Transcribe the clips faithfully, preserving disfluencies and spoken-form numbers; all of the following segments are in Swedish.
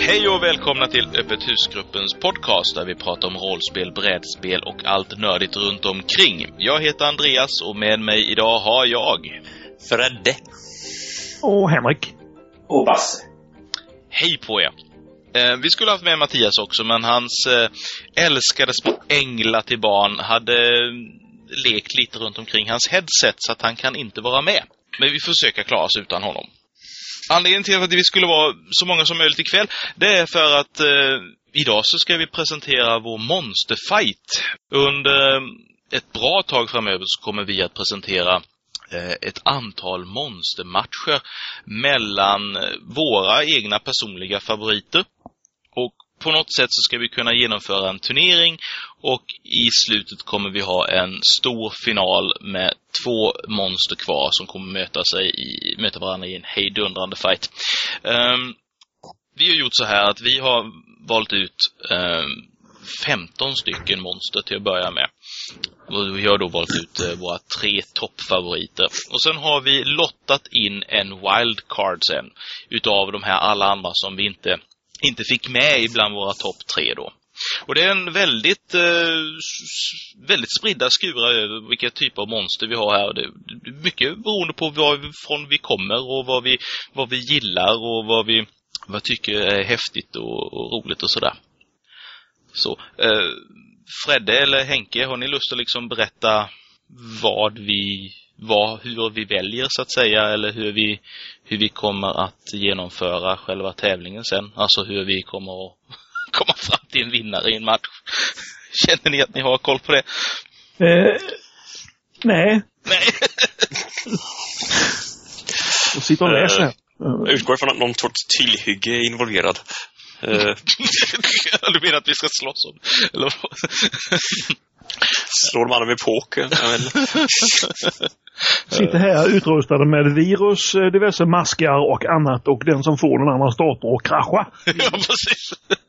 Hej och välkomna till Öppet husgruppens podcast där vi pratar om rollspel, brädspel och allt nördigt runt omkring. Jag heter Andreas och med mig idag har jag Fredde och Henrik och Basse. Hej på er. Eh, vi skulle ha haft med Mattias också, men hans eh, älskade små änglar till barn hade eh, lekt lite runt omkring hans headset så att han kan inte vara med. Men vi försöker klara oss utan honom. Anledningen till att vi skulle vara så många som möjligt ikväll, det är för att eh, idag så ska vi presentera vår monsterfight. Under ett bra tag framöver så kommer vi att presentera eh, ett antal monstermatcher mellan våra egna personliga favoriter. Och på något sätt så ska vi kunna genomföra en turnering och i slutet kommer vi ha en stor final med två monster kvar som kommer möta sig i, möta varandra i en hejdundrande fight. Um, vi har gjort så här att vi har valt ut um, femton stycken monster till att börja med. Och vi har då valt ut uh, våra tre toppfavoriter. Och sen har vi lottat in en wildcard sen utav de här alla andra som vi inte inte fick med ibland våra topp tre då. Och det är en väldigt eh, väldigt spridda skurar över vilka typer av monster vi har här. Det är mycket beroende på varifrån vi kommer och vad vi, vad vi gillar och vad vi vad tycker är häftigt och, och roligt och sådär. Så, eh, Fredde eller Henke, har ni lust att liksom berätta vad vi vad, hur vi väljer så att säga, eller hur vi hur vi kommer att genomföra själva tävlingen sen, alltså hur vi kommer att komma fram till en vinnare i en match. Känner ni att ni har koll på det? Eh, nej. Nej. Jag sitter och läser. uh, Jag utgår från att någon sorts tillhygge är involverad. uh. Du menar att vi ska slåss om? Eller slår man med poker? Sitter här utrustade med virus, diverse maskar och annat, och den som får den andra dator och krascha. Ja, precis.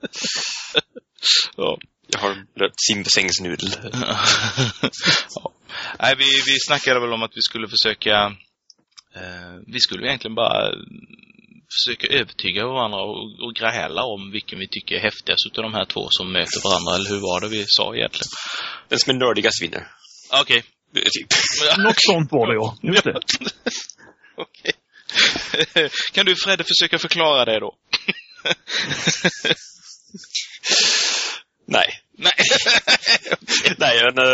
Ja. Jag har blött simbassängsnudel. Ja. Nej, vi, vi snackade väl om att vi skulle försöka eh, vi skulle egentligen bara försöka övertyga varandra och, och gräla om vilken vi tycker är häftigast utav de här två som möter varandra, eller hur var det vi sa egentligen? Den som är nördigast vinner. Okej. Okay. Typ. Något sånt var det, ja. Just det. Okej. Okay. Kan du, Fredde, försöka förklara det då? Nej. Nej. Nej, men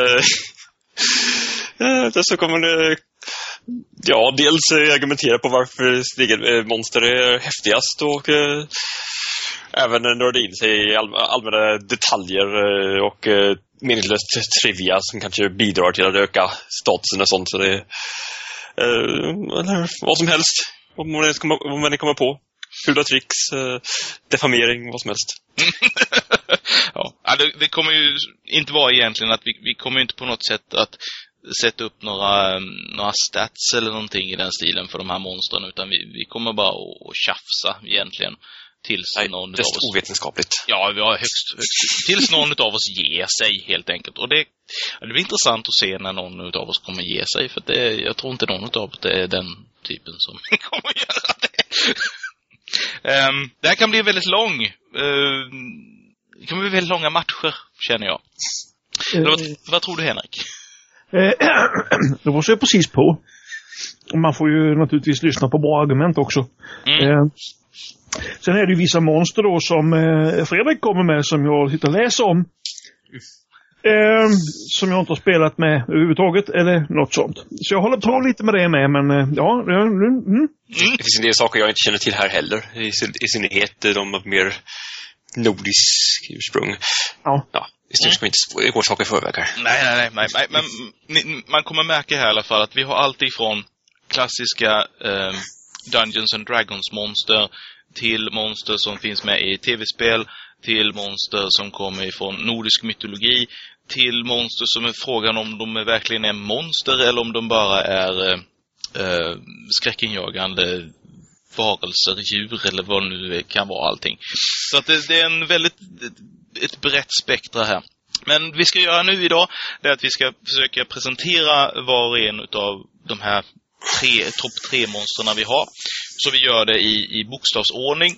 äh, så kommer det ja, dels argumentera på varför Stigel monster är häftigast och äh, även nörda in sig i all, allmänna detaljer äh, och äh, meningslöst trivia som kanske bidrar till att öka statusen och sånt, så det äh, eller vad som helst om man kommer, om man kommer på fula tricks, äh, defamering, vad som helst. Ja, det, det kommer ju inte vara egentligen att vi, vi kommer inte på något sätt att sätta upp några, några stats eller någonting i den stilen för de här monstren, utan vi, vi kommer bara att, att tjafsa egentligen tills Nej, någon det är av oss... ovetenskapligt. Ja, vi har högst, högst tills någon av oss ger sig helt enkelt. Och det, det blir intressant att se när någon av oss kommer ge sig, för det, jag tror inte någon av oss är den typen som kommer att göra det. um, det här kan bli väldigt lång. Uh, det kan bli väldigt långa matcher, känner jag. Uh, vad, vad tror du, Henrik? Det var så precis på. Man får ju naturligtvis lyssna på bra argument också. Mm. Eh, sen är det ju vissa monster då som eh, Fredrik kommer med som jag sitter och läser om. Eh, som jag inte har spelat med överhuvudtaget eller något sånt. Så jag håller på lite med det med, men eh, ja. Mm, mm. Det finns en del saker jag inte känner till här heller. I, i synnerhet de mer nordisk ursprung. Ja. Ja. Det ska inte gå saker i förväg här. Nej, nej, nej. nej. Men ni, man kommer märka här i alla fall att vi har allt ifrån klassiska eh, Dungeons and Dragons monster till monster som finns med i tv-spel, till monster som kommer ifrån nordisk mytologi, till monster som är frågan om de verkligen är monster eller om de bara är eh, eh, skräckinjagande varelser, djur eller vad nu kan vara allting. Så att det, det är en väldigt ett brett spektra här. Men vi ska göra nu idag det är att vi ska försöka presentera var och en av de här tre, topp tre monsterna vi har. Så vi gör det i, i bokstavsordning.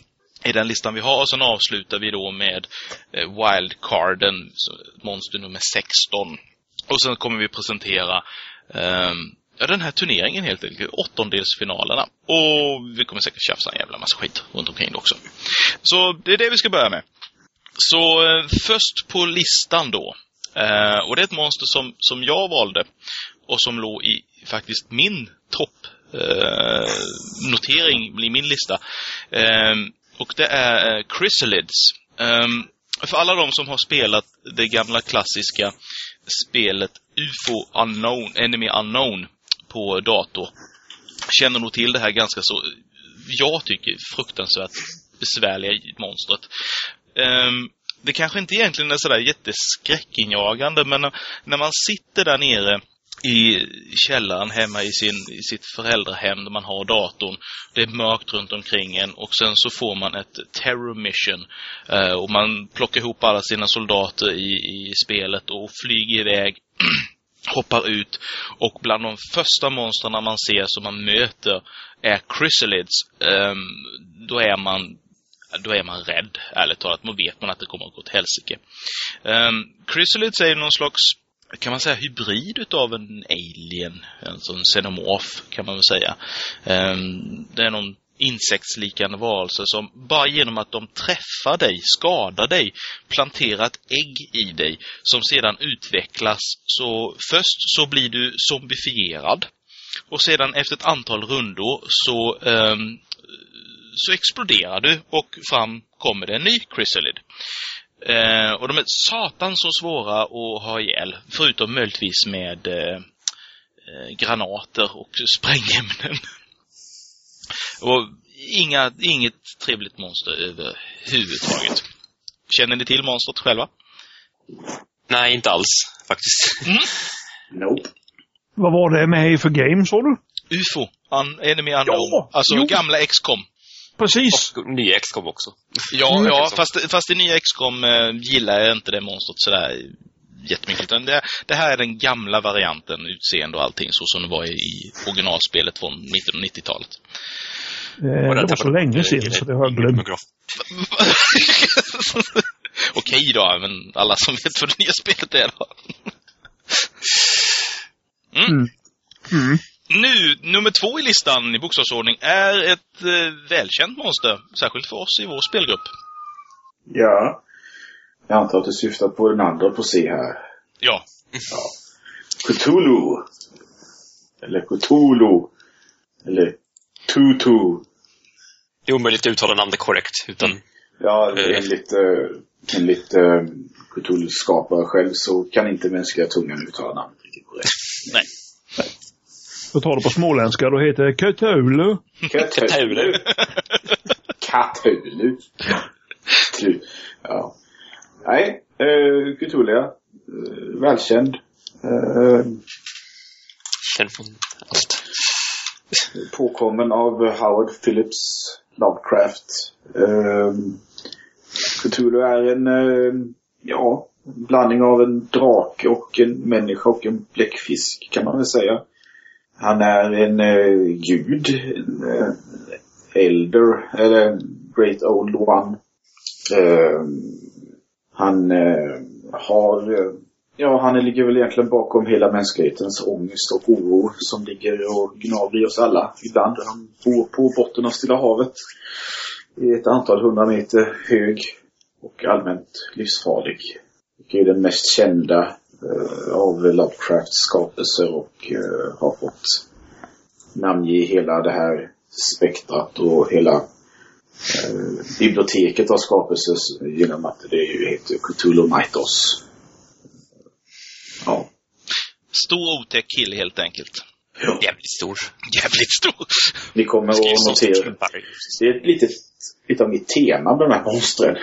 i den listan vi har. Och sen avslutar vi då med eh, Wildcarden, monster nummer sexton. Och sen kommer vi presentera eh, den här turneringen helt enkelt, åttondelsfinalerna. Och vi kommer säkert tjafsa en jävla massa skit runt omkring det också. Så det är det vi ska börja med. Så eh, först på listan då. Eh, och det är ett monster som, som jag valde. Och som låg i faktiskt min topp eh, notering i min lista. Eh, och det är eh, Chrysalids. Eh, för alla de som har spelat det gamla klassiska spelet U F O Unknown, Enemy Unknown på dator, känner nog till det här ganska så, jag tycker, fruktansvärt besvärliga monstret. Um, det kanske inte egentligen är sådär jätteskräckinjagande, men när, när man sitter där nere i källaren hemma i, sin, i sitt föräldrahem där man har datorn, det är mörkt runt omkring en, och sen så får man ett terror mission uh, och man plockar ihop alla sina soldater i, i spelet och flyger iväg, hoppar ut, och bland de första monsterna man ser som man möter är Chrysalids. Um, då är man då är man rädd, ärligt talat. Man vet man att det kommer att gå till helsike. Um, Chrysalids är någon slags, kan man säga, hybrid utav en alien, en sån xenomorf kan man väl säga. Um, det är någon insektsliknande varelse som bara genom att de träffar dig, skadar dig, planterar ett ägg i dig som sedan utvecklas. Så först så blir du zombifierad, och sedan efter ett antal rundor så um, så exploderar du och fram kommer det en ny Chrysalid. Uh, och de är satan så svåra att ha ihjäl, förutom möjligtvis med uh, uh, granater och sprängämnen. Och inga, inget trevligt monster överhuvudtaget. Känner ni till monstret själva? Nej, inte alls faktiskt. Mm? Nope. Vad var det med för game, sa du? U F O, un, Enemy Unknown. Ja, alltså jo. gamla X COM. Precis. Och nya X COM också. Ja, Mm. ja fast, fast i nya X COM eh, gillar jag inte det monstret sådär jättemycket. Utan det, det här är den gamla varianten, utseende och allting, så som det var i, i originalspelet från nittonhundranittiotalet. Eh, det var så länge sedan så det har jag glömt. Okej då, men alla som vet vad det nya spelet är då. Mm. Mm. Mm. Nu, nummer två i listan i bokstavsordning är ett eh, välkänt monster, särskilt för oss i vår spelgrupp. Ja. Jag antar att du syftar på den andra på C här. Ja. Ja. Cthulhu. Eller Cthulhu. Eller Tutu. Det är omöjligt att uttala namnet korrekt utan... Mm. Ja, enligt, uh, enligt uh, Cthulhu-skapare själv så kan inte mänskliga tungan uttala namnet riktigt korrekt. Nej. Nej. Jag tar det på småländska, då heter det Cthulhu. Cthulhu. Cthulhu. Cthulhu. Ja. Nej, uh, Cthulhu. Uh, välkänd. Uh, Känd från allt. Påkommen av Howard Phillips Lovecraft. Uh, Cthulhu är en uh, ja, en blandning av en drake och en människa och en bläckfisk, kan man väl säga. Han är en uh, gud, en uh, elder, eller great old one. Uh, han uh, har uh, ja, han ligger väl egentligen bakom hela mänsklighetens ångest och oro som ligger och gnager i oss alla ibland. Han bor på botten av Stilla havet, i ett antal hundra meter hög och allmänt livsfarlig. Det är den mest kända uh, av Lovecrafts skapelser och uh, har fått namnge hela det här spektrat och hela uh, biblioteket av skapelser genom att det ju heter Cthulhu Mythos. Ja. Stor otäck kill helt enkelt. Ja. Jävligt stor. Jävligt stor. Ni kommer att notera. Det är ett litet, lite av mitt tema med de här monstren.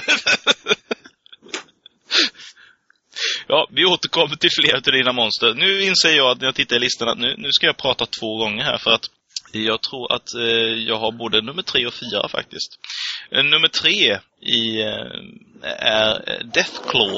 Ja, vi återkommer till fler till dina monster. Nu inser jag att när jag tittar i listan att nu, nu ska jag prata två gånger här, för att jag tror att eh, jag har både nummer tre och fyra faktiskt. Eh, nummer tre i, eh, är Deathclaw.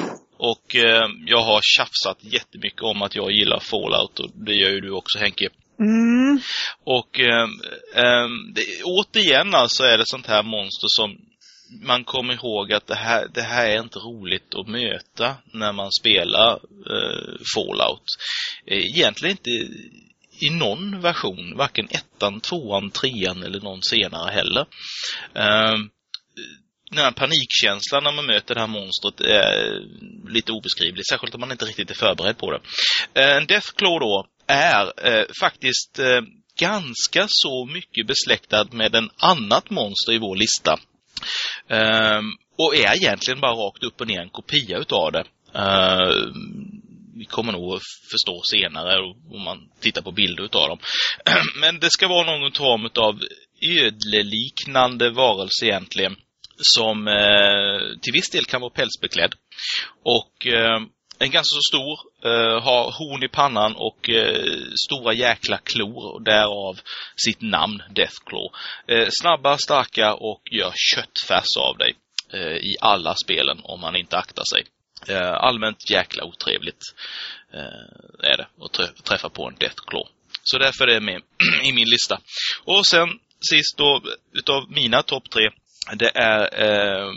Och eh, jag har tjafsat jättemycket om att jag gillar Fallout, och det gör ju du också, Henke. Mm. Och eh, eh, det, återigen alltså är det sånt här monster som man kommer ihåg att det här, det här är inte roligt att möta när man spelar eh, Fallout. Egentligen inte i någon version, varken ettan, tvåan, trean eller någon senare heller. Eh, den här panikkänslan när man möter det här monstret är lite obeskrivlig, särskilt om man inte riktigt är förberedd på det. Eh, en Deathclaw då är eh, faktiskt eh, ganska så mycket besläktad med en annat monster i vår lista. Uh, och är egentligen bara rakt upp och ner en kopia utav det. Uh, vi kommer nog att förstå senare om man tittar på bilder utav dem. Men det ska vara någon form av ödleliknande varelse egentligen, som uh, till viss del kan vara pälsbeklädd. Och uh, en ganska så stor, uh, har horn i pannan och uh, stora jäkla klor, och därav sitt namn Deathclaw. Uh, snabba, starka och gör köttfärs av dig uh, i alla spelen om man inte aktar sig. Uh, allmänt jäkla otrevligt uh, är det att trä- träffa på en Deathclaw. Så därför är det med i min lista. Och sen sist då, utav mina topp tre, det är uh,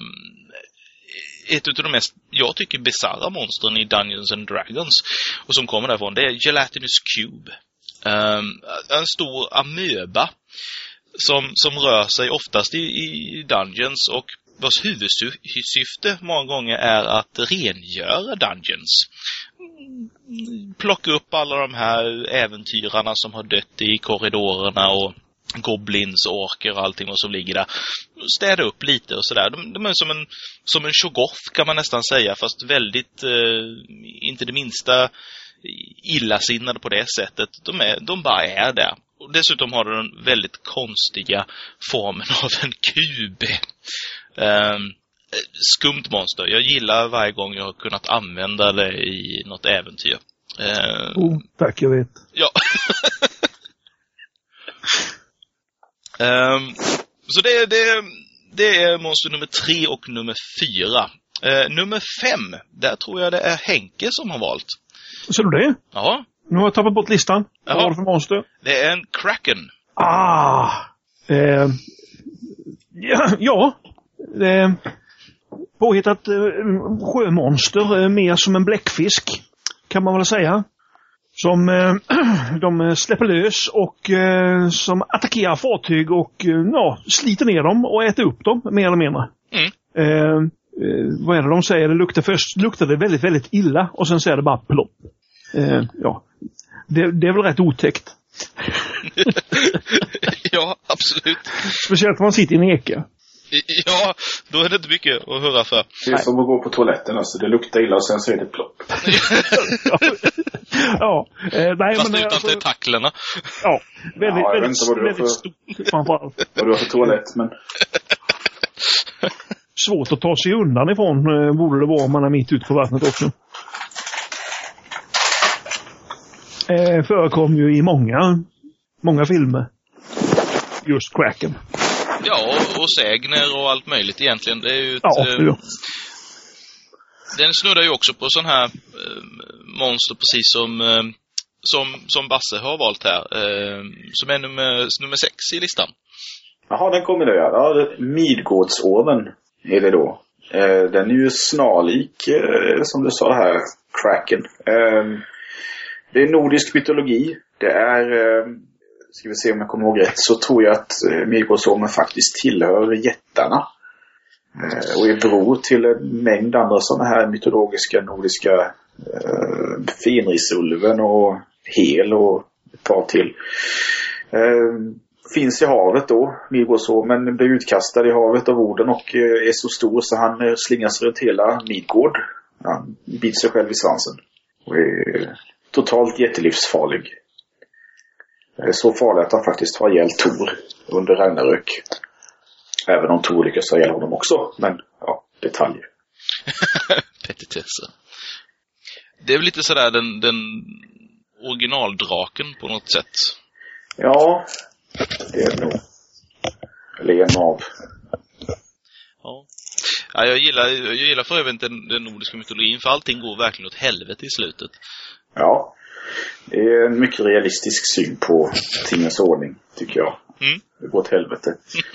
ett av de mest, jag tycker, bizarra monstren i Dungeons and Dragons, och som kommer därifrån, det är Gelatinous Cube. Um, en stor amöba som, som rör sig oftast i, i Dungeons, och vars huvudsyfte många gånger är att rengöra Dungeons. Plocka upp alla de här äventyrarna som har dött i korridorerna och goblins, orker och allting och som ligger där. Städa upp lite och sådär. De, de är som en, som en Shoggoth kan man nästan säga, fast väldigt, eh, inte det minsta illasinnade på det sättet. De, är, de bara är där. Och dessutom har den väldigt konstiga formen av en kub. Eh, skumt monster. Jag gillar varje gång jag har kunnat använda det i något äventyr. Eh, oh, tack, jag vet. Ja. Um, så det, det, det är monster nummer tre och nummer fyra. Uh, nummer fem, där tror jag det är Henke som har valt. Ser du det? Ja. Nu har jag tappat bort listan. Vad var det för monster? Det är en Kraken. Ah! Eh, ja, ja. Eh, påhittat eh, sjömonster, eh, mer som en bläckfisk, kan man väl säga. Som eh, de släpper lös och eh, som attackerar fartyg och eh, ja, sliter ner dem och äter upp dem, mer eller mindre. Mm. Eh, eh, vad är det de säger? Det luktar först luktar det väldigt, väldigt illa, och sen säger det bara plopp. Eh, ja. Det, det är väl rätt otäckt. Ja, absolut. Speciellt när man sitter i en eka. Ja, då är det inte mycket att höra för. Det är som att gå på toaletten, alltså. Det luktar illa och sen så är det plopp. Ja. Eh, nej, fast men, utan alltså, tentaklerna. Ja, väldigt, ja, väldigt, väldigt för... stort framförallt. Vad du har för toalett, men... Svårt att ta sig undan ifrån, eh, borde det vara om man är mitt ute på vattnet också. Eh, förekom ju i många, många filmer. Just Kraken. Ja, och, och sägner och allt möjligt egentligen. Det är ju ett, ja, eh, ja. Den snuddar ju också på sån här eh, monster, precis som, eh, som som Basse har valt här. Eh, som är nummer, nummer sex i listan. Jaha, den kommer det göra. Ja, Midgårdsormen är det då. Eh, den är ju snarlik, eh, som du sa här, Kraken. Eh, det är nordisk mytologi. Det är... Eh, ska vi se om jag kommer ihåg rätt, så tror jag att eh, Midgårdsormen faktiskt tillhör jättarna. Eh, och är bror till en mängd andra sådana här mytologiska nordiska eh, Fenrisulven och Hel och ett par till. Eh, finns i havet då, Midgårdsormen blir utkastad i havet av Oden och eh, är så stor så han eh, slingas runt hela Midgård. Han biter sig själv i svansen. Och är totalt jättelivsfarlig. Så farligt att han faktiskt har ihjäl Tor under Ragnarök. Även om Tor lyckas ha ihjäl honom också. Men ja, detaljer. Petitesser. Det är väl lite sådär den, den originaldraken på något sätt. Ja, det är det nog. Eller en av. Ja. Ja, jag gillar, jag gillar för övrigt den, den nordiska mytologin, för allting går verkligen åt helvete i slutet. Ja. Det är en mycket realistisk syn på tingens ordning, tycker jag. Mm. Det går åt helvete.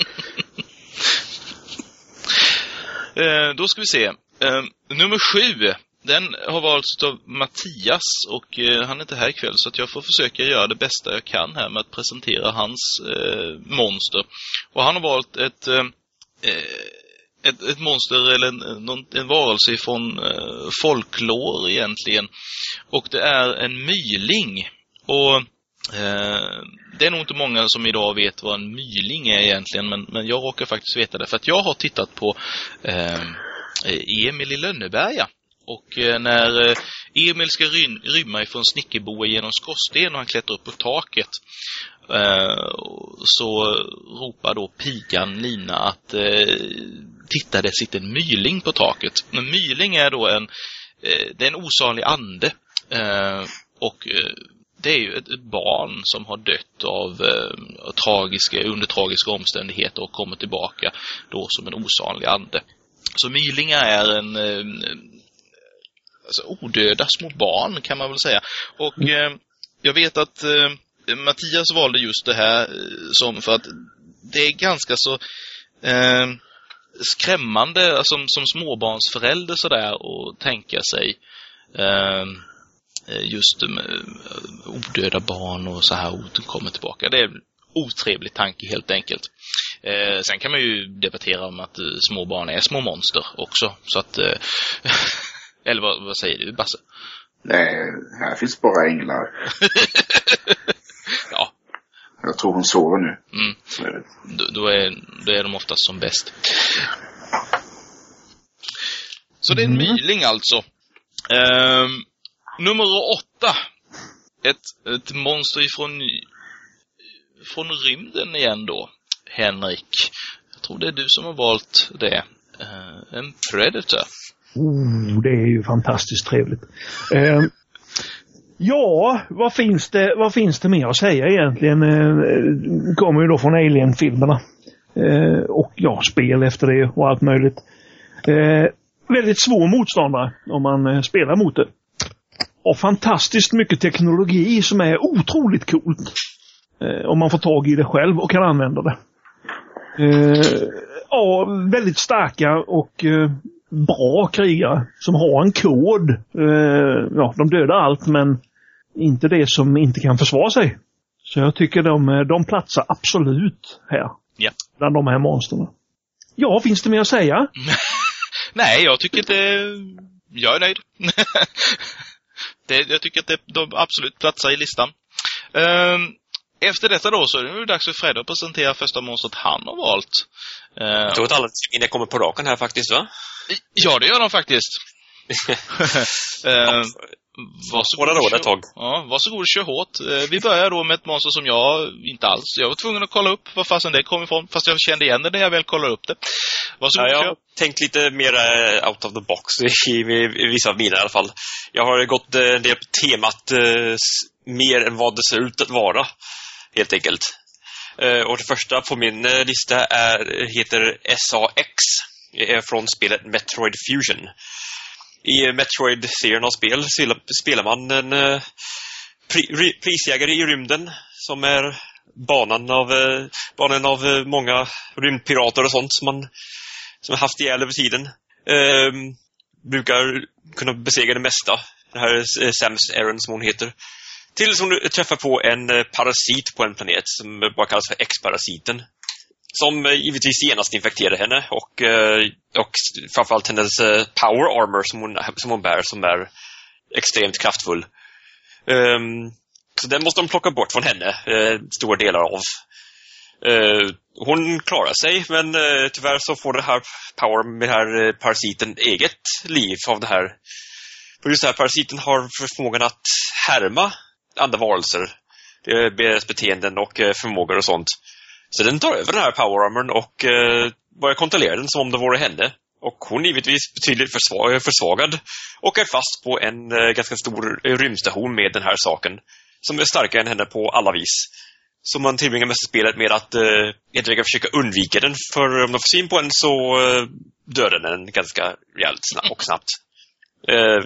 eh, då ska vi se. Eh, nummer sju. Den har valts av Mattias och eh, han är inte här ikväll, så att jag får försöka göra det bästa jag kan här med att presentera hans eh, monster. Och han har valt ett, eh, ett, ett monster eller en, någon, en varelse från eh, folklore egentligen. Och det är en myling. Och eh, det är nog inte många som idag vet vad en myling är egentligen, men, men jag råkar faktiskt veta det. För att jag har tittat på eh, Emil i Lönneberga. Och eh, när eh, Emil ska rym, rymma ifrån snickerboe genom skorsten och han klättrar upp på taket, eh, så ropar då pigan Lina att eh, titta, det sitter en myling på taket. Men myling är då en, eh, det är en osalig ande. Eh, och eh, det är ju ett, ett barn som har dött av eh, tragiska, under tragiska omständigheter och kommer tillbaka då som en osalig ande. Så mylingar är en... Eh, Alltså odöda små barn, kan man väl säga. Och eh, jag vet att eh, Mattias valde just det här eh, som för att det är ganska så eh, skrämmande alltså, som, som småbarnsförälder sådär, och tänka sig eh, just eh, odöda barn och så här ord kommer tillbaka. Det är en otrevlig tanke helt enkelt. Eh, sen kan man ju debattera om att eh, små barn är små monster också. Så att... Eh, Eller vad, vad säger du, Basse? Nej, här finns bara änglar. Ja. Jag tror hon sover nu. Mm. Så är det. Då, då, är, då är de oftast som bäst. Så det är en Mm. myling alltså. Ehm, nummer åtta. Ett, ett monster ifrån, från rymden igen då. Henrik. Jag tror det är du som har valt det. Ehm, en Predator. Oh, det är ju fantastiskt trevligt. Eh, ja, vad finns det, vad finns det mer att säga egentligen? Eh, kommer ju då från Alien-filmerna. Eh, och ja, spel efter det och allt möjligt. Eh, väldigt svår motståndare om man eh, spelar mot det. Och fantastiskt mycket teknologi som är otroligt coolt. Eh, om man får tag i det själv och kan använda det. Eh, ja, väldigt starka och... Eh, bra krigare som har en kod. Eh, ja, de dödar allt, men inte det som inte kan försvara sig. Så jag tycker de, de platsar absolut här. Ja. Bland de här monsterna. Ja, finns det mer att säga? Nej, jag tycker att det... Jag är nöjd. det, jag tycker att det, de absolut platsar i listan. Um, efter detta då så är det nu dags för Fred att presentera första monstret han har valt. Uh, jag tror att alla inne kommer på raken här faktiskt, va? Ja, det gör de faktiskt. uh, varsågod, då, ett tag. Ja, varsågod, kör hårt. Uh, vi börjar då med ett monster som jag inte alls... Jag var tvungen att kolla upp vad fasen det kom ifrån, fast jag kände igen det när jag väl kollade upp det. Varsågod, ja, jag kör. har tänkt lite mer uh, out of the box i, i, i vissa av mina i alla fall. Jag har gått uh, en del på temat uh, mer än vad det ser ut att vara, helt enkelt. Uh, och det första på min uh, lista är, heter S A X. Är från spelet Metroid Fusion. I Metroid-serien av spel spelar man en uh, pri- prisjägare i rymden som är banan av, uh, banan av uh, många rymdpirater och sånt som man som har haft ihjäl över tiden. Uh, brukar kunna besegra det mesta. Det här är uh, Samus Aran som hon heter. Tills hon träffar på en uh, parasit på en planet som bara kallas för X-parasiten. Som eh, givetvis genast infekterar henne och, eh, och framförallt hennes eh, power armor som hon, som hon bär, som är extremt kraftfull. Um, så den måste de plocka bort från henne, eh, stora delar av. Eh, hon klarar sig, men eh, tyvärr så får det här power med den här eh, parasiten eget liv av det här. För just det här parasiten har förmågan att härma andra varelser, deras beteenden och eh, förmågor och sånt. Så den tar över den här power armorn och eh, börjar kontrollera den som om det vore henne. Och hon är givetvis betydligt försvag- försvagad och är fast på en eh, ganska stor rymdstation med den här saken. Som är starkare än henne på alla vis. Så man tillbringar mest spelet med att eh, egentligen försöka undvika den. För om de får syn på en så eh, dödar den ganska rejält och snabbt. Eh,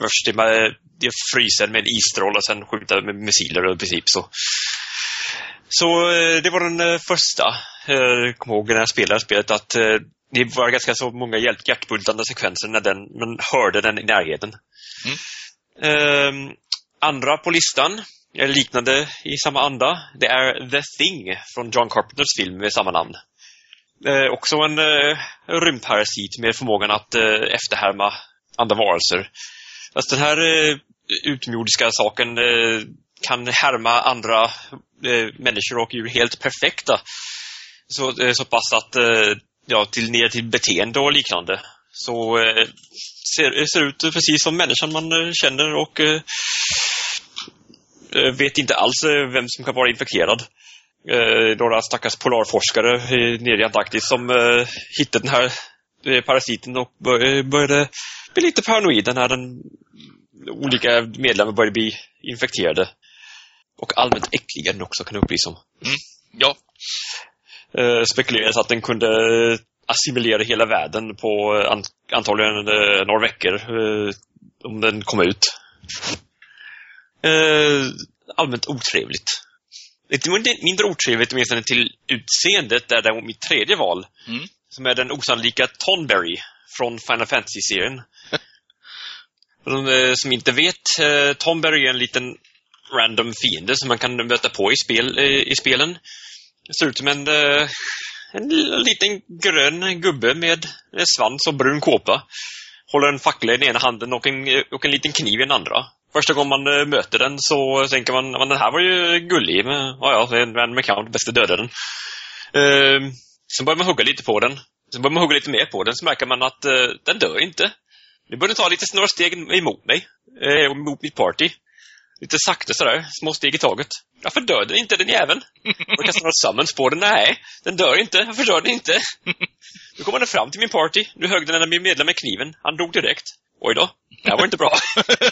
först det med det frysen med en isstråle och sen skjuta med missiler i princip så. Så det var den första. Jag kommer ihåg när jag spelade spelet att det var ganska så många hjärtbultande sekvenser när den, man hörde den i närheten. Mm. Uh, andra på listan är liknande i samma anda. Det är The Thing från John Carpenters film med samma namn. Uh, också en uh, rymdparasit med förmågan att uh, efterhärma andra varelser. Fast den här uh, utomjordiska saken uh, kan härma andra uh, människor och djur helt perfekta. Så, uh, så pass att uh, ja, till ner till beteende och liknande. Så uh, ser, ser ut precis som människan man uh, känner och uh, vet inte alls uh, vem som kan vara infekterad. Uh, några stackars polarforskare uh, nere i Antarktis som uh, hittade den här uh, parasiten och bör, började bli lite paranoid när den olika medlemmar började bli infekterade. Och allmänt äckliga den också kan upplysa om. Mm. Ja. Uh, spekulerades att den kunde assimilera hela världen på an- antagligen uh, några veckor uh, om den kom ut. Uh, allmänt otrevligt. Lite mindre otrevligt åtminstone till utseendet där det är mitt tredje val. Mm. Som är den osannolika Tonberry från Final Fantasy-serien. För de uh, som inte vet, uh, Tonberry är en liten random fiende som man kan möta på i, spel, uh, i spelen. Det ser ut som en, uh, en liten grön gubbe med en svans och brun kåpa. Håller en fackla i den ena handen och en, och en liten kniv i den andra. Första gången man uh, möter den så tänker man att den här var ju gullig. Men ja, ja, en random account, bästa döda den. Uh, sen börjar man hugga lite på den. Sen börjar man hugga lite mer på den så märker man att uh, den dör inte. Nu börjar ta lite några steg emot mig. Uh, emot mitt party. Lite sakta sådär, små steg i taget. Varför dör den inte, den jäveln? Och kastar några summons på den. Nej, den dör inte. Varför dör den inte? Nu kommer den fram till min party. Nu högg den min medlem med kniven. Han dog direkt. Oj då, det här var inte bra.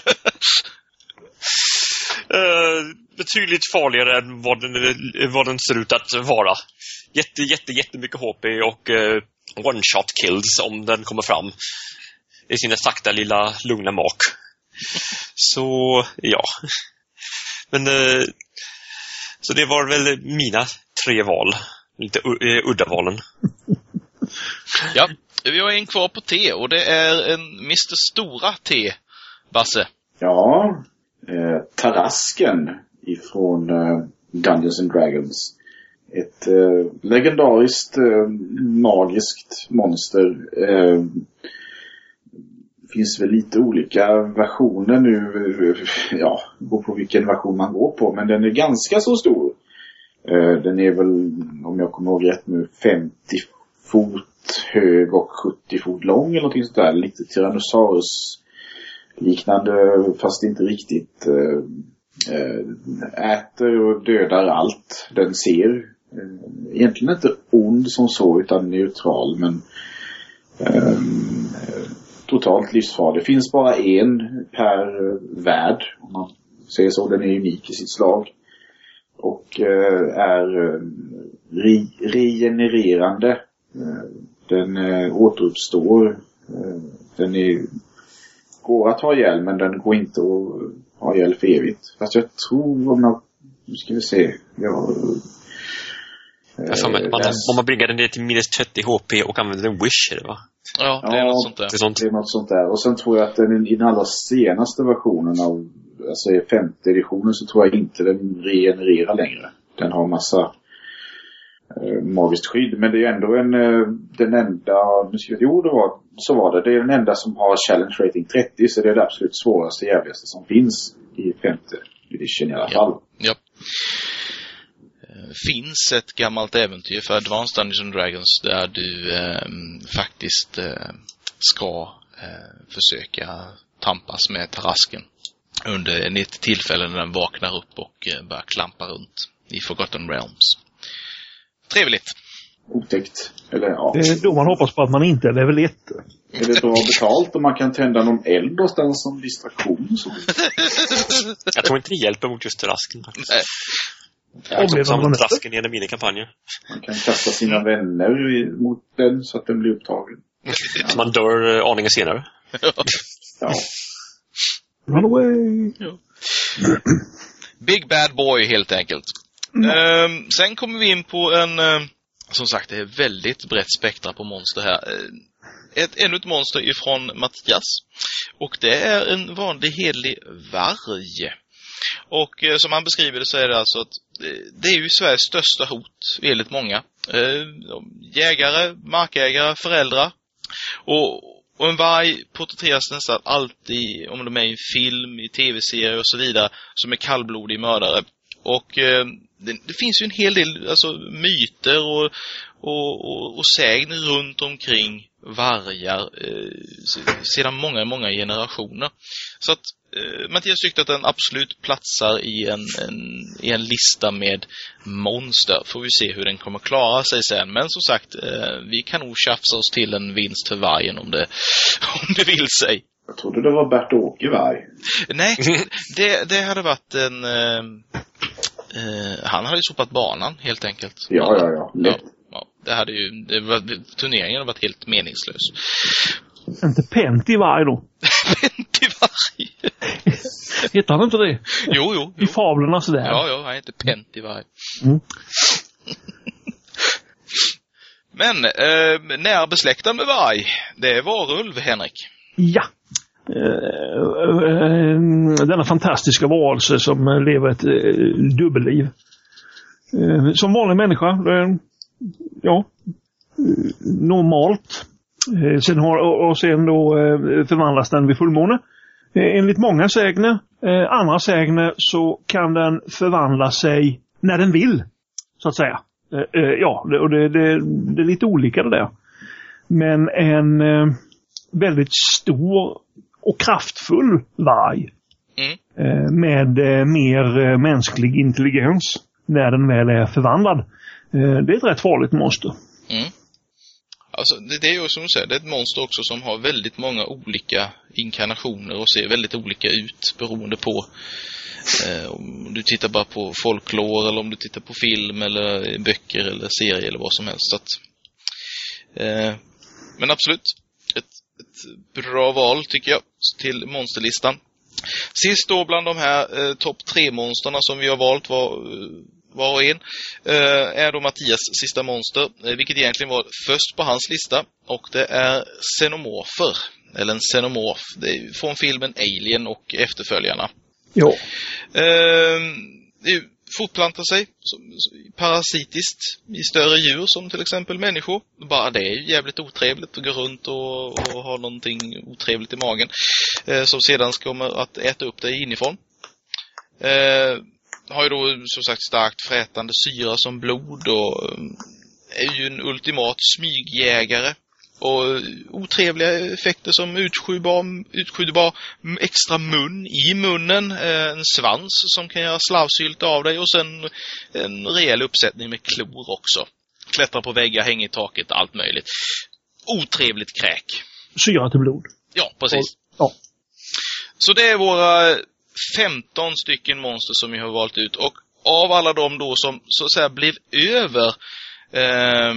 uh, betydligt farligare än vad den, vad den ser ut att vara. Jätte, jätte, jättemycket H P och uh, one-shot kills om den kommer fram. I sina sakta lilla lugna mak. Så, ja. Men, uh, så det var väl mina tre val. Lite uh, udda valen. Ja, vi har en kvar på T och det är en mister Stora T, Basse. Ja, eh, Tarasken ifrån eh, Dungeons and Dragons. Ett eh, legendariskt eh, magiskt monster. Eh, finns väl lite olika versioner nu. Ja, beror på vilken version man går på. Men den är ganska så stor. Eh, den är väl, om jag kommer ihåg rätt nu, femtio fot hög och sjuttio fot lång eller något sånt där. Lite Tyrannosaurus liknande, fast inte riktigt. Äh, äter och dödar allt den ser. Äh, egentligen inte ond som så utan neutral, men äh, totalt livsfarlig. Det finns bara en per värld, om man säger så. Den är unik i sitt slag. Och äh, är re- regenererande. Äh, Den äh, återuppstår. Äh, den är, går att ha ihjäl, men den går inte att ha ihjäl för evigt. Fast jag tror om jag... Nu ska vi se. Jag, äh, jag man, man, om man bringar den ner till minus trettio H P och använder en wish, är det va? Ja, det är ja, något sånt där. Det är, sånt. det är något sånt där. Och sen tror jag att den, i den allra senaste versionen av, alltså i femte editionen, så tror jag inte den regenererar längre. Den har massa magiskt skydd, men det är ändå en den enda, nu ska jag, jo det var, så var det, det är den enda som har challenge rating trettio, så det är det absolut svåraste jävligaste som finns i femte edition i alla fall. Ja, ja. Finns ett gammalt äventyr för Advanced Dungeons and Dragons där du eh, faktiskt eh, ska eh, försöka tampas med Tarasken under ett tillfälle när den vaknar upp och eh, börjar klampa runt i Forgotten Realms. Trevligt. Otäckt. Eller, ja. Det är då man hoppas på att man inte är level ett. Är det bra betalt om man kan tända någon eld någonstans som distraktion? Så? Jag tror inte det hjälper mot just Tarasken. Nej. Jag tror som Tarasken i en av mina kampanjer. Man kan kasta sina vänner mot den så att den blir upptagen. Man dör uh, aningen senare. Ja. Run away! Ja. Big Bad Boy helt enkelt. Mm. Uh, sen kommer vi in på en, uh, som sagt det är väldigt brett spektra på monster här. Uh, ett, ännu ett monster ifrån Mattias. Och det är en vanlig hedlig varg. Och uh, som han beskriver det så är det alltså att uh, det är ju Sveriges största hot, väldigt många. Uh, jägare, markägare, föräldrar. Och Och en varg porträtteras nästan alltid, om de är i film, i tv-serier och så vidare, som är kallblodig mördare. Och eh, det, det finns ju en hel del alltså, myter och, och, och, och sägner runt omkring vargar eh, sedan många, många generationer. Så att eh, Mattias tyckte att den absolut platsar i en, en, i en lista med monster. Får vi se hur den kommer klara sig sen. Men som sagt, eh, vi kan nog tjafsa oss till en vinst för vargen om det, om det vill sig. Jag trodde det var Bert-Åke varg. Nej, det, det hade varit en... Eh, eh, han hade ju sopat banan helt enkelt. Ja, ja, ja. Lätt. Ja. Ja, det hade ju det var, turneringen hade varit helt meningslös. Inte Pentti varg då? Pentti varg. Heter han inte det? Jo, jo, jo. I fablerna sådär. Ja, ja, han heter Pentti varg. Mm. Men eh, nära besläktad med varg, det är varulv, Henrik. Ja. Denna fantastiska varelse som lever ett dubbelliv. Som vanlig människa. Ja, normalt. Sen har, och sen då förvandlas den vid fullmåne. Enligt många sägner, andra sägner, så kan den förvandla sig när den vill, så att säga. Ja, och det, det, det är lite olika det där. Men en väldigt stor och kraftfull varg mm. med mer mänsklig intelligens när den väl är förvandlad. Det är ett rätt farligt monster. Mm. Alltså, det, det är ju som du säger, det är ett monster också som har väldigt många olika inkarnationer och ser väldigt olika ut beroende på eh, om du tittar bara på folklore eller om du tittar på film eller böcker eller serier eller vad som helst. Så att, eh, men absolut, ett, ett bra val tycker jag till monsterlistan. Sist då bland de här eh, topp tre monsterna som vi har valt var... Eh, var och en eh, är då Mattias sista monster, eh, vilket egentligen var först på hans lista, och det är xenomorfer, eller en xenomorf. Det är från filmen Alien och efterföljarna. Jo. Eh, det fortplantar sig som, parasitiskt i större djur som till exempel människor. Bara det är ju jävligt otrevligt att gå runt och, och ha någonting otrevligt i magen eh, som sedan kommer att äta upp dig inifrån. Eh, har ju då som sagt starkt frätande syra som blod och är ju en ultimat smygjägare. Och otrevliga effekter som utskjutbar, utskjutbar extra mun i munnen, en svans som kan göra slavsylt av dig och sen en rejäl uppsättning med klor också. Klättra på väggar, hänga i taket, allt möjligt. Otrevligt kräk. Syra till blod. Ja, precis. Ja. Så det är våra femton stycken monster som vi har valt ut. Och av alla dem då som så att säga blev över... Eh,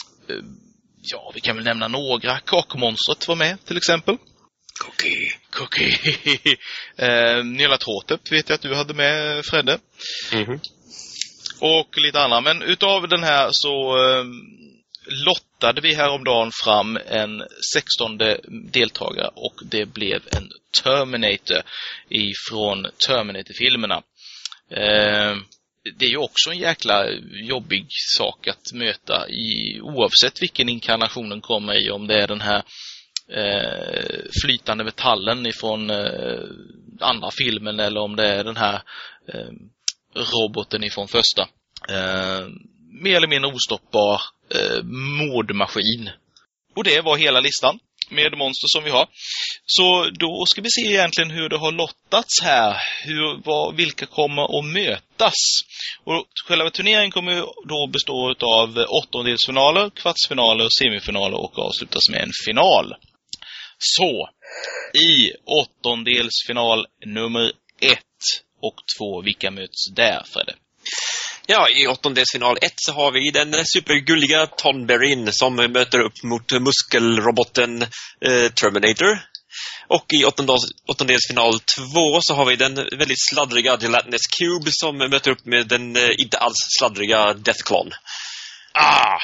ja, vi kan väl nämna några. Kakmonstret var med till exempel. Cookie. Cookie. eh, Nyarlathotep vet jag att du hade med, Fredde. Mhm. Och lite andra. Men utav den här så eh, lottade vi häromdagen fram en sextonde deltagare. Och det blev en Terminator ifrån Terminator-filmerna. Eh, det är ju också en jäkla jobbig sak att möta i, oavsett vilken inkarnationen kommer i, om det är den här eh, flytande metallen ifrån eh, andra filmen eller om det är den här eh, roboten ifrån första. Eh, mer eller mindre ostoppbar eh, mordmaskin. Och det var hela listan med monster som vi har. Så då ska vi se egentligen hur det har lottats här. Hur, vad, vilka kommer att mötas. Och själva turneringen kommer då bestå av åttondelsfinaler, kvartsfinaler, semifinaler och avslutas med en final. Så, i åttondelsfinal nummer ett och två, vilka möts där, Fredde? Ja, i åttondelsfinal ett så har vi den supergulliga Tonberryn som möter upp mot muskelroboten eh, Terminator. Och i åttondels, åttondelsfinal två så har vi den väldigt sladdriga Gelatinous Cube som möter upp med den eh, inte alls sladdriga Deathclaw. Ah!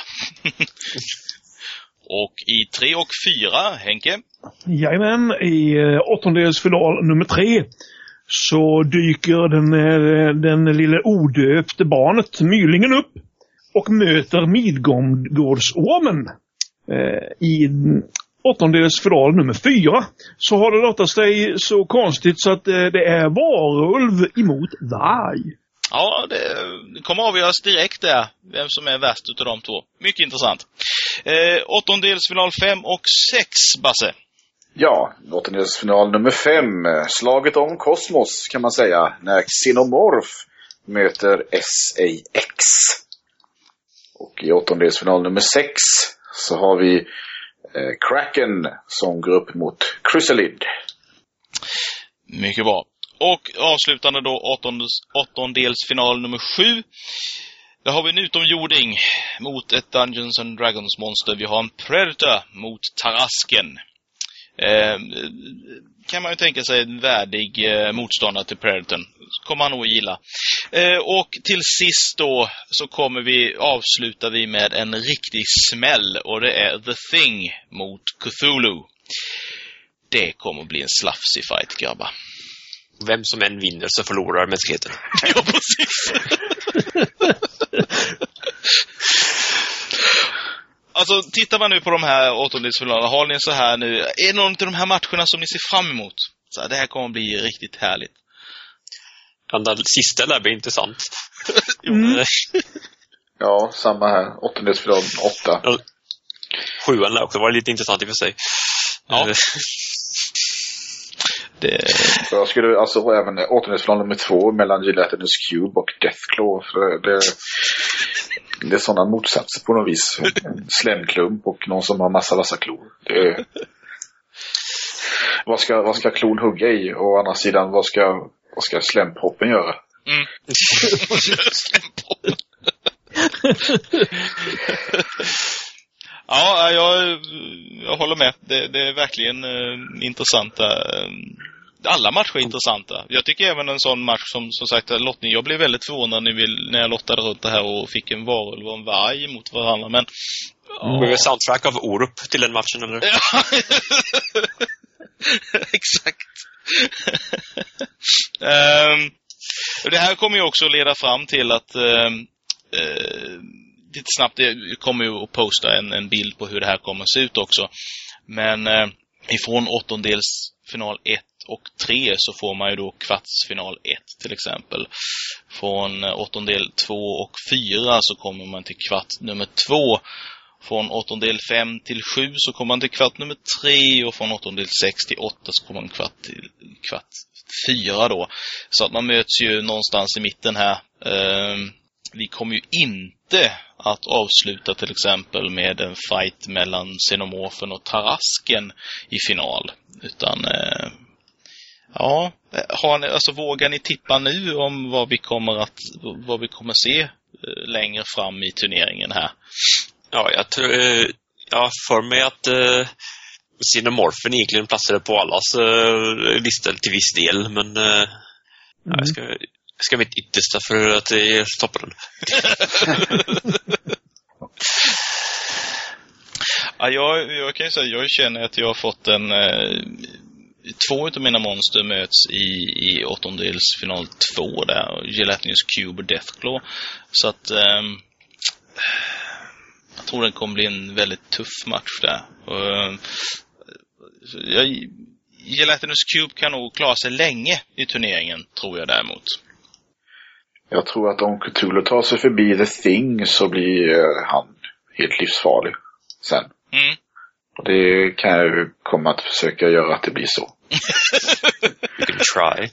Och i tre och fyra, Henke? Jajamän, i eh, åttondelsfinal nummer tre så dyker den, eh, den lilla odöpte barnet, mylingen, upp och möter Midgårdsormen. Eh, I åttondelsfinal nummer fyra så har det låtit sig så konstigt så att eh, det är varulv emot varg. Ja, det kommer avgöras direkt där, vem som är värst utav de två. Mycket intressant. Eh, åttondelsfinal fem och sex, Basse. Ja, åttondelsfinal nummer fem. Slaget om kosmos kan man säga. När Xenomorph möter S A X. Och i åttondelsfinal nummer sex så har vi eh, Kraken som går upp mot Chrysalid. Mycket bra. Och avslutande då åttondels, åttondelsfinal nummer sju. Där har vi en utomjording mot ett Dungeons and Dragons monster. Vi har en Predator mot Tarasken. Eh, kan man ju tänka sig en värdig eh, motståndare till Predatorn. Kommer han nog gilla. Eh, och till sist då så kommer vi, avslutar vi med en riktig smäll. Och det är The Thing mot Cthulhu. Det kommer bli en slafsig fight, grabbar. Vem som än vinner så förlorar mänskligheten. Ja, precis. Alltså, tittar man nu på de här åttondelsfinalerna, har ni så här nu, är det någon av de här matcherna som ni ser fram emot? Så här, det här kommer bli riktigt härligt. Den där sista lär bli intressant. Mm. Ja, samma här. Åttondelsfinal åtta. Sjuan lär också vara lite intressant i och för sig. Ja. Det... Jag skulle alltså även åttondelsfinal nummer två mellan Gelatinous Cube och Deathclaw. För det, det är sådana motsatser på något vis. En slemklump och någon som har massa vassa klor. Det, vad ska, vad ska klon hugga i? Och å andra sidan, vad ska, vad ska slemproppen göra? Mm. Slemproppen. Ja, jag, jag håller med. Det, det är verkligen uh, intressanta. Uh, alla matcher är intressanta. Jag tycker även en sån match som, som sagt, lottning. Jag blev väldigt förvånad när, vi, när jag lottade runt det här och fick en varulv och en varg mot varandra. Men det blev soundtrack av Orup till den matchen, eller? Ja. Exakt. um, det här kommer ju också leda fram till att um, uh, lite snabbt, jag kommer ju att posta en, en bild på hur det här kommer att se ut också. Men eh, ifrån åttondels final ett och tre så får man ju då kvartsfinal ett till exempel. Från eh, åttondel två och fyra så kommer man till kvart nummer två. Från åttondel fem till sju så kommer man till kvart nummer tre. Och från åttondel sex till åtta så kommer man kvart till kvart fyra då. Så att man möts ju någonstans i mitten här. Eh, vi kommer ju inte att avsluta till exempel med en fight mellan Xenomorphen och Tarasken i final. Utan, eh, ja, har ni, alltså, vågar ni tippa nu om vad vi kommer att vad vi kommer se eh, längre fram i turneringen här? Ja, jag tror, eh, ja, för mig att eh, Xenomorphen egentligen platsade på allas eh, listor till viss del, men eh, mm. ja, jag ska... Jag ska mitt yttersta för att jag stoppar den. Ja, jag, jag kan ju säga, jag känner att jag har fått en... Eh, två av mina monster möts i, i åttondelsfinal två där. Gelatinous Cube och Deathclaw. Så att... Eh, jag tror den kommer bli en väldigt tuff match där. Och, eh, jag, Gelatinous Cube kan nog klara sig länge i turneringen, tror jag däremot. Jag tror att om Cthulhu tar sig förbi The Thing så blir uh, han helt livsfarlig sen. Mm. Och det kan jag ju komma att försöka göra att det blir så. You can try.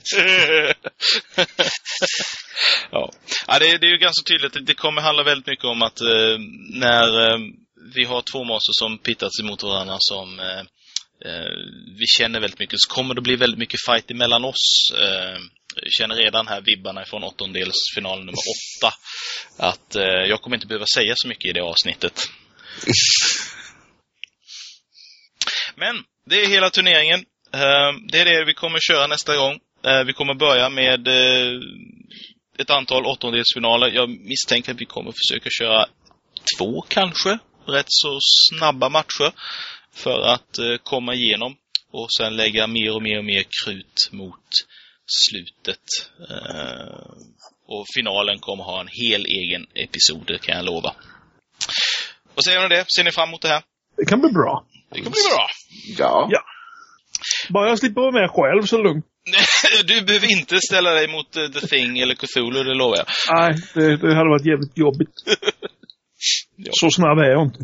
Ja, ja det, det är ju ganska tydligt. Det kommer handla väldigt mycket om att uh, när uh, vi har två monster som pittats emot varandra som uh, uh, vi känner väldigt mycket, så kommer det bli väldigt mycket fight emellan oss. Uh, Jag känner redan här vibbarna från åttondelsfinal nummer åtta. Att eh, jag kommer inte behöva säga så mycket i det avsnittet. Men det är hela turneringen. Det är det vi kommer köra nästa gång. Vi kommer börja med ett antal åttondelsfinaler. Jag misstänker att vi kommer försöka köra två kanske. Rätt så snabba matcher. För att komma igenom. Och sen lägga mer och mer och mer krut mot slutet. Och finalen kommer ha en hel egen episod, kan jag lova. Vad säger ni om det? Ser ni fram emot det här? Det kan bli bra. Det kan bli bra. Ja. Ja. Bara jag slipper vara med själv så lugnt. Du behöver inte ställa dig mot uh, The Thing eller Cthulhu, det lovar jag. Nej, det, det hade varit jävligt jobbigt. Ja. Så snabb är jag inte.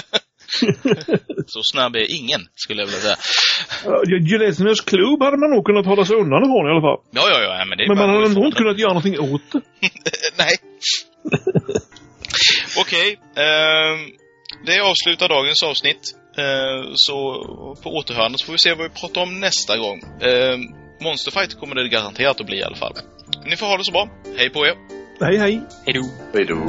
Så snabb är ingen, skulle jag vilja säga. Gelatinous Club hade man nog kunnat hålla sig undan ifrån i alla fall. Ja, ja, ja. Men, det är men bara man hade nog inte kunnat göra någonting åt det. Nej. Okej. Okay, uh, det avslutar dagens avsnitt. Uh, så på återhörande så får vi se vad vi pratar om nästa gång. Uh, Monsterfight kommer det garanterat att bli i alla fall. Ni får ha det så bra. Hej på er. Hej, hej. Hej då. Hej då.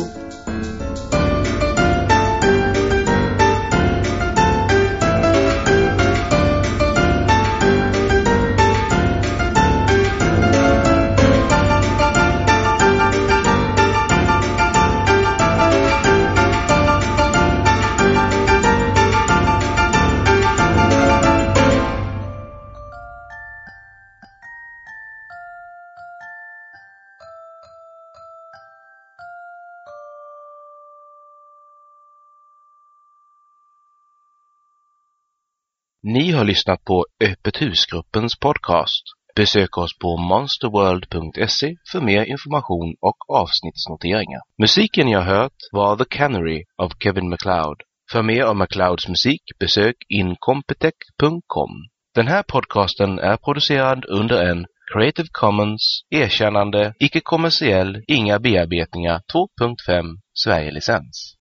Ni har lyssnat på Öppet husgruppens podcast. Besök oss på monsterworld punkt se för mer information och avsnittsnoteringar. Musiken jag hört var The Canary av Kevin MacLeod. För mer om MacLeods musik besök incompetech punkt com. Den här podcasten är producerad under en Creative Commons erkännande, icke-kommersiell, inga bearbetningar två punkt fem Sverige-licens.